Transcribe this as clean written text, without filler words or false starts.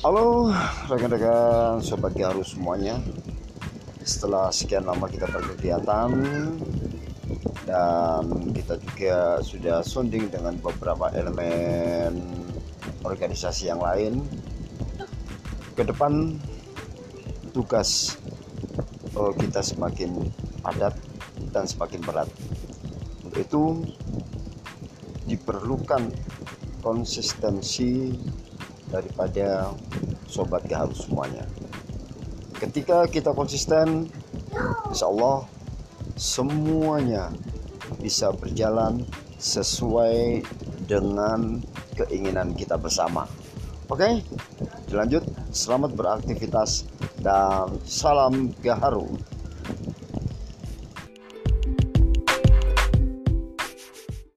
Halo rekan-rekan Sobat Gaharu semuanya. Setelah sekian lama kita berkegiatan dan kita juga sudah sounding dengan beberapa elemen organisasi yang lain, ke depan tugas kita semakin padat dan semakin berat. Untuk itu diperlukan konsistensi daripada Sobat Gaharu semuanya. Ketika kita konsisten, insya Allah semuanya bisa berjalan sesuai dengan keinginan kita bersama. Oke, dilanjut. Selamat beraktivitas dan salam Gaharu.